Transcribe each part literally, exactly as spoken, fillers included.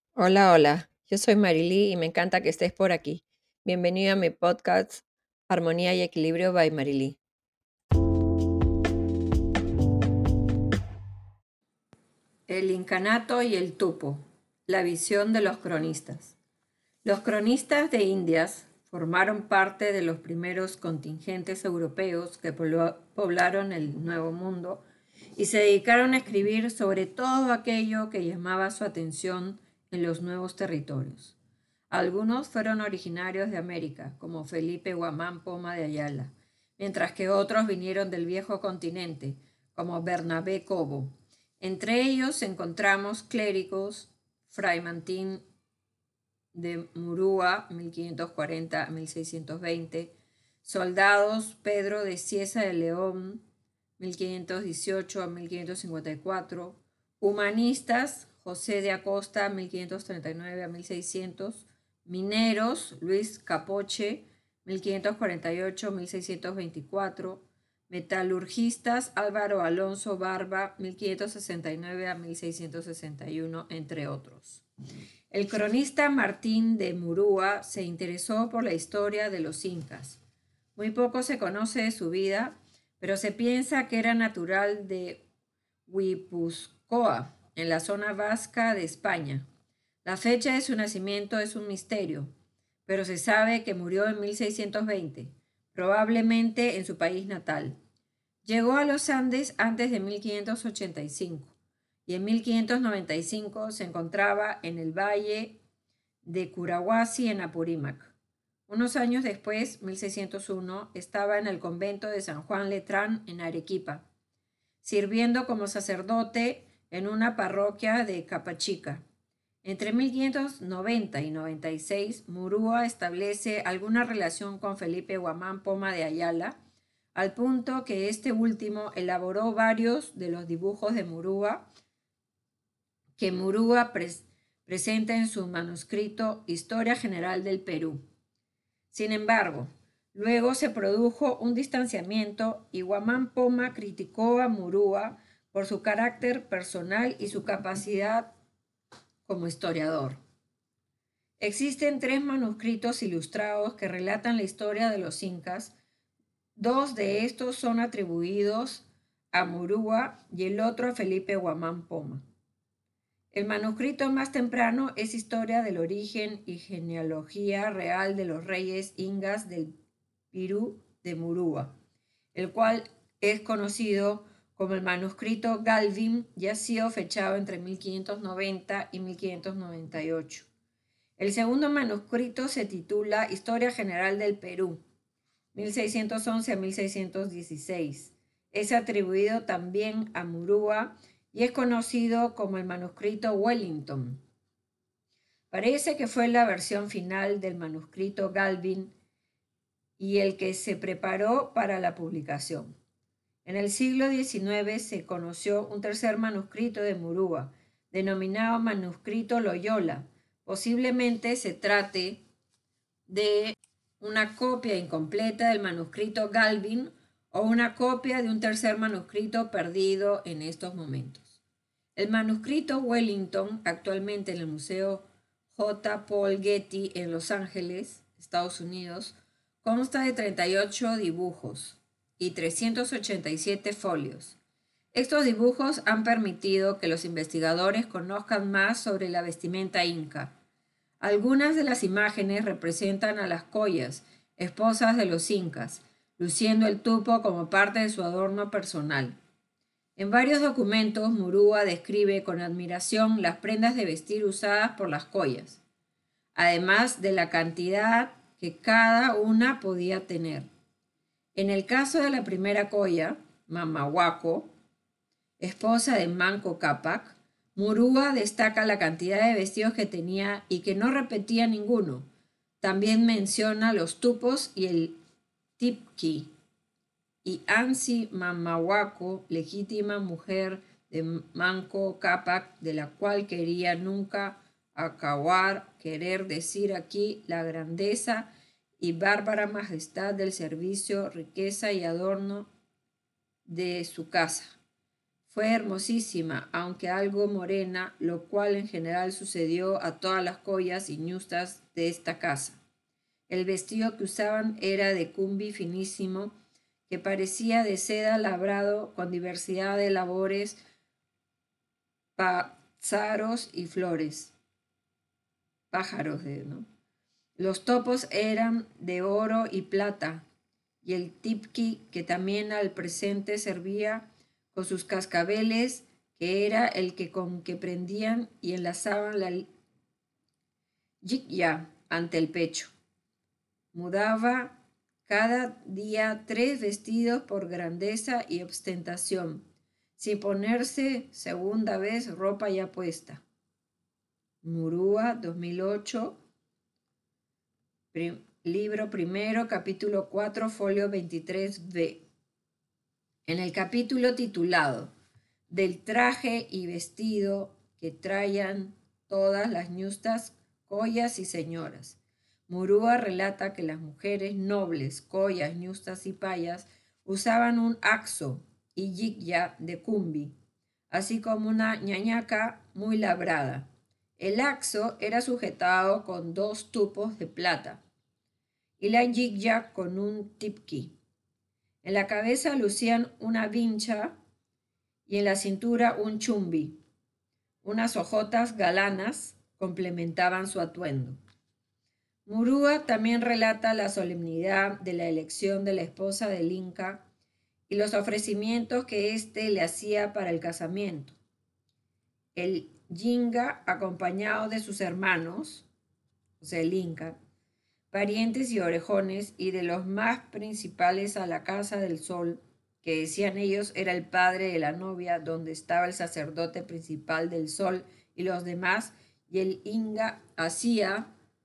Hola, hola. Yo soy Marily y me encanta que estés por aquí. Bienvenido a mi podcast Armonía y Equilibrio by Marily. El incanato y el tupo. La visión de los cronistas. Los cronistas de Indias formaron parte de los primeros contingentes europeos que poblaron el Nuevo Mundo y se dedicaron a escribir sobre todo aquello que llamaba su atención en los nuevos territorios. Algunos fueron originarios de América, como Felipe Guamán Poma de Ayala, mientras que otros vinieron del viejo continente, como Bernabé Cobo. Entre ellos encontramos clérigos, Fray Martín de Murúa, mil quinientos cuarenta a mil seiscientos veinte, soldados Pedro de Cieza de León, mil quinientos dieciocho a mil quinientos cincuenta y cuatro, humanistas José de Acosta, mil quinientos treinta y nueve a mil seiscientos, mineros Luis Capoche, mil quinientos cuarenta y ocho a mil seiscientos veinticuatro, metalurgistas Álvaro Alonso Barba, mil quinientos sesenta y nueve a mil seiscientos sesenta y uno, entre otros. El cronista Martín de Murúa se interesó por la historia de los incas. Muy poco se conoce de su vida, pero se piensa que era natural de Guipúzcoa, en la zona vasca de España. La fecha de su nacimiento es un misterio, pero se sabe que murió en mil seiscientos veinte, probablemente en su país natal. Llegó a los Andes antes de mil quinientos ochenta y cinco y en mil quinientos noventa y cinco se encontraba en el valle de Curahuasi en Apurímac. Unos años después, mil seiscientos uno, estaba en el convento de San Juan Letrán en Arequipa, sirviendo como sacerdote en una parroquia de Capachica. Entre mil quinientos noventa y noventa y seis, Murúa establece alguna relación con Felipe Guamán Poma de Ayala, al punto que este último elaboró varios de los dibujos de Murúa que Murúa pres presenta en su manuscrito Historia General del Perú. Sin embargo, luego se produjo un distanciamiento y Guamán Poma criticó a Murúa por su carácter personal y su capacidad como historiador. Existen tres manuscritos ilustrados que relatan la historia de los incas. Dos de estos son atribuidos a Murúa y el otro a Felipe Guamán Poma. El manuscrito más temprano es Historia del origen y genealogía real de los reyes ingas del Pirú de Murúa, el cual es conocido como el manuscrito Galvin y ha sido fechado entre mil quinientos noventa y mil quinientos noventa y ocho. El segundo manuscrito se titula Historia General del Perú, mil seiscientos once a mil seiscientos dieciséis. Es atribuido también a Murúa y es conocido como el manuscrito Wellington. Parece que fue la versión final del manuscrito Galvin y el que se preparó para la publicación. En el siglo diecinueve se conoció un tercer manuscrito de Murúa, denominado manuscrito Loyola. Posiblemente se trate de una copia incompleta del manuscrito Galvin o una copia de un tercer manuscrito perdido en estos momentos. El manuscrito Wellington, actualmente en el Museo J. Paul Getty en Los Ángeles, Estados Unidos, consta de treinta y ocho dibujos y trescientos ochenta y siete folios. Estos dibujos han permitido que los investigadores conozcan más sobre la vestimenta inca. Algunas de las imágenes representan a las collas, esposas de los incas, luciendo el tupo como parte de su adorno personal. En varios documentos, Murúa describe con admiración las prendas de vestir usadas por las collas, además de la cantidad que cada una podía tener. En el caso de la primera colla, Mamahuaco, esposa de Manco Cápac, Murúa destaca la cantidad de vestidos que tenía y que no repetía ninguno. También menciona los tupos y el tipqui. Y Ansi Mamahuaco, legítima mujer de Manco Cápac, de la cual quería nunca acabar, querer decir aquí la grandeza y bárbara majestad del servicio, riqueza y adorno de su casa. Fue hermosísima, aunque algo morena, lo cual en general sucedió a todas las collas y ñustas de esta casa. El vestido que usaban era de cumbi finísimo, que parecía de seda labrado con diversidad de labores, pájaros y flores. Pájaros, de, ¿no? Los topos eran de oro y plata, y el tipki, que también al presente servía con sus cascabeles, que era el que con que prendían y enlazaban la yikya ante el pecho. Mudaba cada día tres vestidos por grandeza y ostentación, sin ponerse segunda vez ropa ya puesta. Murúa, dos mil ocho, prim, libro primero, capítulo cuatro, folio veintitrés b. En el capítulo titulado Del traje y vestido que traían todas las ñustas, collas y señoras, Murúa relata que las mujeres nobles, collas, ñustas y payas usaban un axo y yikya de cumbi, así como una ñañaca muy labrada. El axo era sujetado con dos tupos de plata y la yikya con un tipki. En la cabeza lucían una vincha y en la cintura un chumbi. Unas hojotas galanas complementaban su atuendo. Murúa también relata la solemnidad de la elección de la esposa del Inca y los ofrecimientos que éste le hacía para el casamiento. El Yinga, acompañado de sus hermanos, o sea, el Inca, parientes y orejones, y de los más principales a la Casa del Sol, que decían ellos era el padre de la novia, donde estaba el sacerdote principal del Sol y los demás, y el Inca hacía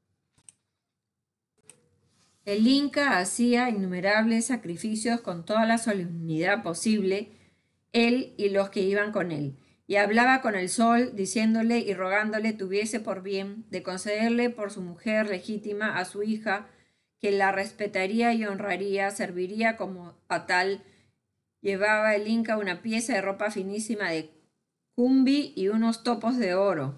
El Inca hacía innumerables sacrificios con toda la solemnidad posible, él y los que iban con él, y hablaba con el sol, diciéndole y rogándole tuviese por bien de concederle por su mujer legítima a su hija, que la respetaría y honraría, serviría como a tal. Llevaba el Inca una pieza de ropa finísima de cumbi y unos topos de oro,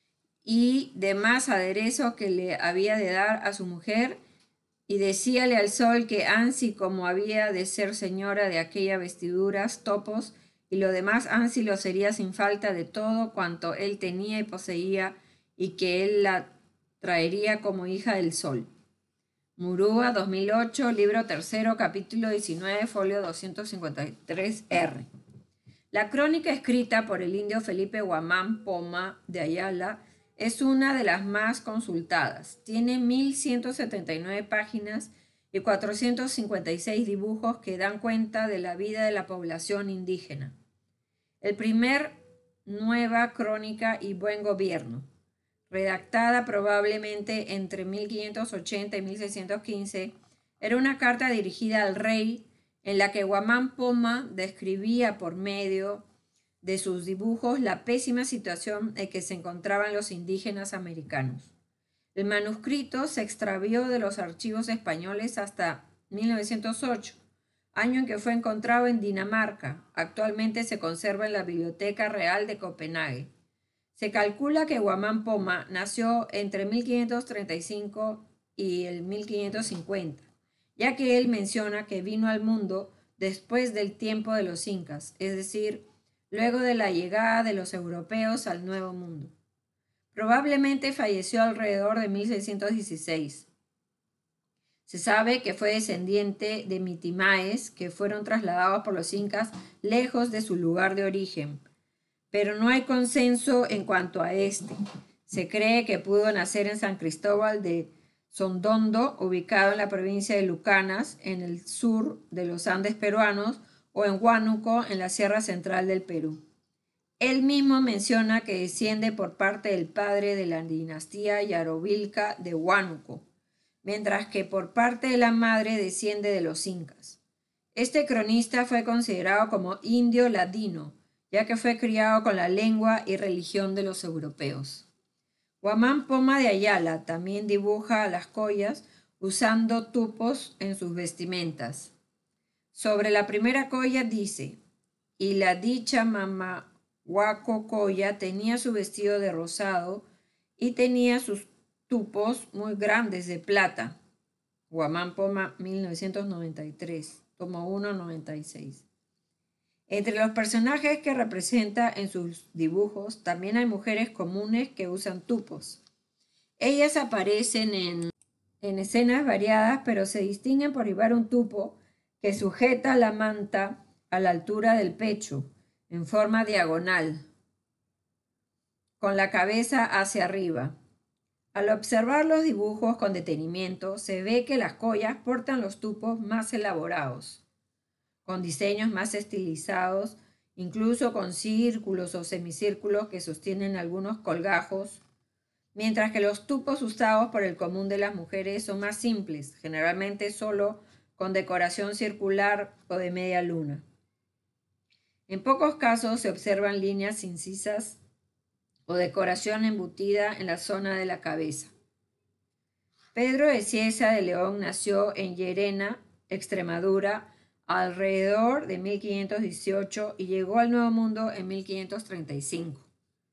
y demás aderezo que le había de dar a su mujer, y decíale al sol que ansi como había de ser señora de aquellas vestiduras, topos, y lo demás ansi lo sería sin falta de todo cuanto él tenía y poseía, y que él la traería como hija del sol. Murúa, dos mil ocho, libro tercero, capítulo diecinueve, folio doscientos cincuenta y tres R. La crónica escrita por el indio Felipe Guamán Poma de Ayala es una de las más consultadas. Tiene mil ciento setenta y nueve páginas y cuatrocientos cincuenta y seis dibujos que dan cuenta de la vida de la población indígena. El primer Nueva Crónica y Buen Gobierno, redactada probablemente entre mil quinientos ochenta y mil seiscientos quince, era una carta dirigida al rey en la que Guamán Poma describía por medio de sus dibujos la pésima situación en que se encontraban los indígenas americanos. El manuscrito se extravió de los archivos españoles hasta mil novecientos ocho, año en que fue encontrado en Dinamarca. Actualmente se conserva en la Biblioteca Real de Copenhague. Se calcula que Guamán Poma nació entre mil quinientos treinta y cinco y el mil quinientos cincuenta, ya que él menciona que vino al mundo después del tiempo de los incas, es decir, luego de la llegada de los europeos al Nuevo Mundo. Probablemente falleció alrededor de mil seiscientos dieciséis. Se sabe que fue descendiente de mitimaes que fueron trasladados por los incas lejos de su lugar de origen, pero no hay consenso en cuanto a este. Se cree que pudo nacer en San Cristóbal de Sondondo, ubicado en la provincia de Lucanas, en el sur de los Andes peruanos, o en Huánuco, en la Sierra Central del Perú. Él mismo menciona que desciende por parte del padre de la dinastía Yarovilca de Huánuco, mientras que por parte de la madre desciende de los incas. Este cronista fue considerado como indio ladino, ya que fue criado con la lengua y religión de los europeos. Guamán Poma de Ayala también dibuja a las collas usando tupos en sus vestimentas. Sobre la primera colla dice: y la dicha Mamahuacocoya tenía su vestido de rosado y tenía sus tupos muy grandes de plata. Guamán-Poma, mil novecientos noventa y tres, tomo uno, noventa y seis. Entre los personajes que representa en sus dibujos también hay mujeres comunes que usan tupos. Ellas aparecen en, en escenas variadas, pero se distinguen por llevar un tupo que sujeta la manta a la altura del pecho, en forma diagonal, con la cabeza hacia arriba. Al observar los dibujos con detenimiento, se ve que las collas portan los tupos más elaborados, con diseños más estilizados, incluso con círculos o semicírculos que sostienen algunos colgajos, mientras que los tupos usados por el común de las mujeres son más simples, generalmente solo con decoración circular o de media luna. En pocos casos se observan líneas incisas o decoración embutida en la zona de la cabeza. Pedro de Cieza de León nació en Llerena, Extremadura, alrededor de mil quinientos dieciocho y llegó al Nuevo Mundo en mil quinientos treinta y cinco,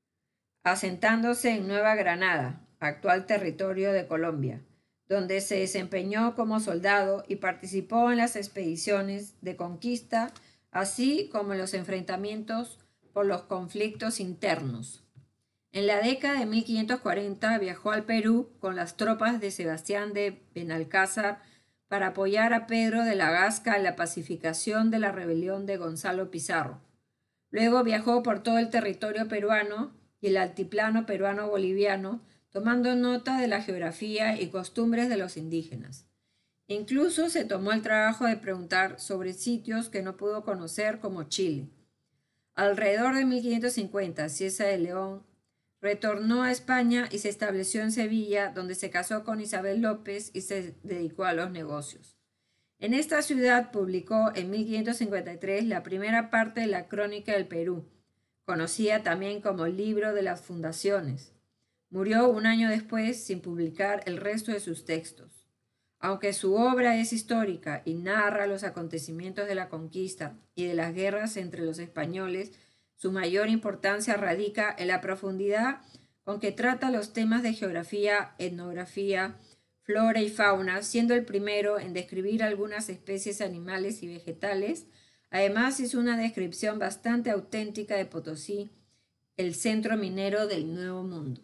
asentándose en Nueva Granada, actual territorio de Colombia, donde se desempeñó como soldado y participó en las expediciones de conquista, así como en los enfrentamientos por los conflictos internos. En la década de mil quinientos cuarenta viajó al Perú con las tropas de Sebastián de Benalcázar para apoyar a Pedro de la Gasca en la pacificación de la rebelión de Gonzalo Pizarro. Luego viajó por todo el territorio peruano y el altiplano peruano-boliviano, tomando nota de la geografía y costumbres de los indígenas. Incluso se tomó el trabajo de preguntar sobre sitios que no pudo conocer, como Chile. Alrededor de mil quinientos cincuenta, Cieza de León retornó a España y se estableció en Sevilla, donde se casó con Isabel López y se dedicó a los negocios. En esta ciudad publicó en mil quinientos cincuenta y tres la primera parte de la Crónica del Perú, conocida también como Libro de las Fundaciones. Murió un año después sin publicar el resto de sus textos. Aunque su obra es histórica y narra los acontecimientos de la conquista y de las guerras entre los españoles, su mayor importancia radica en la profundidad con que trata los temas de geografía, etnografía, flora y fauna, siendo el primero en describir algunas especies animales y vegetales. Además, hizo una descripción bastante auténtica de Potosí, el centro minero del Nuevo Mundo.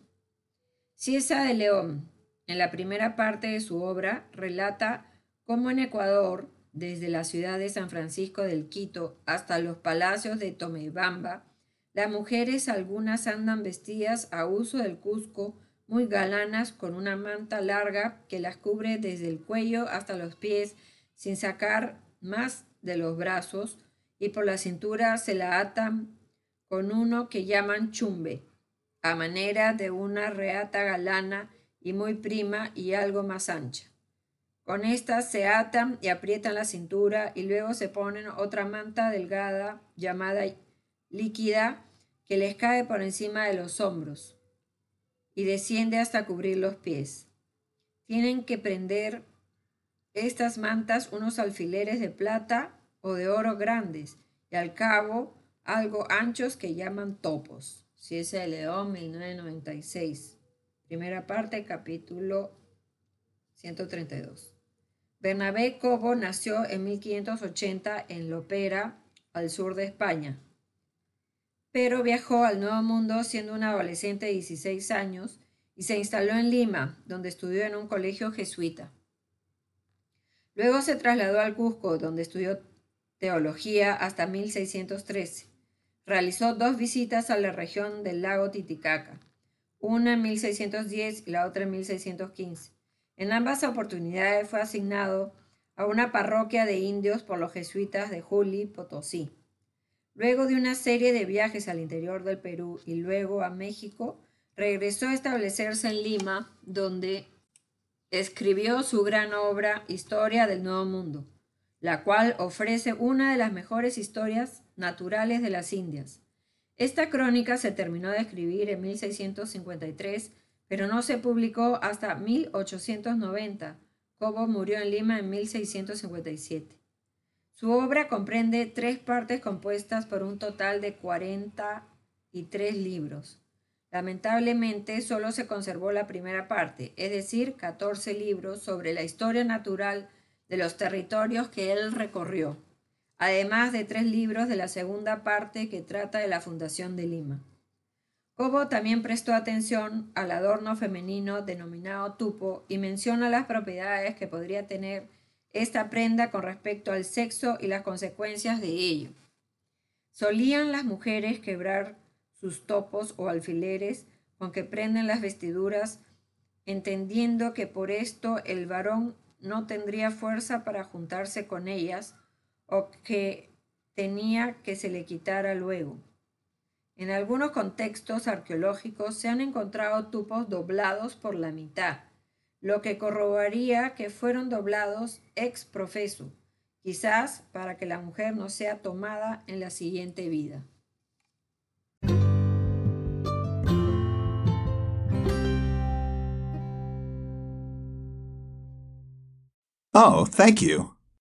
Cieza de León, en la primera parte de su obra, relata cómo en Ecuador, desde la ciudad de San Francisco del Quito hasta los palacios de Tomebamba, las mujeres algunas andan vestidas a uso del Cusco, muy galanas, con una manta larga que las cubre desde el cuello hasta los pies, sin sacar más de los brazos, y por la cintura se la atan con uno que llaman chumbe, a manera de una reata galana y muy prima y algo más ancha. Con estas se atan y aprietan la cintura y luego se ponen otra manta delgada llamada líquida que les cae por encima de los hombros y desciende hasta cubrir los pies. Tienen que prender estas mantas unos alfileres de plata o de oro grandes y al cabo algo anchos que llaman topos. Cieza de León, mil novecientos noventa y seis. Primera parte, capítulo ciento treinta y dos. Bernabé Cobo nació en mil quinientos ochenta en Lopera, al sur de España, pero viajó al Nuevo Mundo siendo un adolescente de dieciséis años y se instaló en Lima, donde estudió en un colegio jesuita. Luego se trasladó al Cusco, donde estudió teología hasta mil seiscientos trece. Realizó dos visitas a la región del lago Titicaca, una en mil seiscientos diez y la otra en mil seiscientos quince. En ambas oportunidades fue asignado a una parroquia de indios por los jesuitas de Juli, Potosí. Luego de una serie de viajes al interior del Perú y luego a México, regresó a establecerse en Lima, donde escribió su gran obra Historia del Nuevo Mundo, la cual ofrece una de las mejores historias naturales de las Indias. Esta crónica se terminó de escribir en mil seiscientos cincuenta y tres, pero no se publicó hasta mil ochocientos noventa. Cobo murió en Lima en mil seiscientos cincuenta y siete. Su obra comprende tres partes compuestas por un total de cuarenta y tres libros. Lamentablemente, solo se conservó la primera parte, es decir, catorce libros sobre la historia natural de los territorios que él recorrió, además de tres libros de la segunda parte que trata de la fundación de Lima. Cobo también prestó atención al adorno femenino denominado tupo y menciona las propiedades que podría tener esta prenda con respecto al sexo y las consecuencias de ello. Solían las mujeres quebrar sus topos o alfileres con que prenden las vestiduras, entendiendo que por esto el varón no tendría fuerza para juntarse con ellas o que tenía que se le quitara luego. En algunos contextos arqueológicos se han encontrado tupos doblados por la mitad, lo que corroboraría que fueron doblados ex professo, quizás para que la mujer no sea tomada en la siguiente vida. Oh, thank you.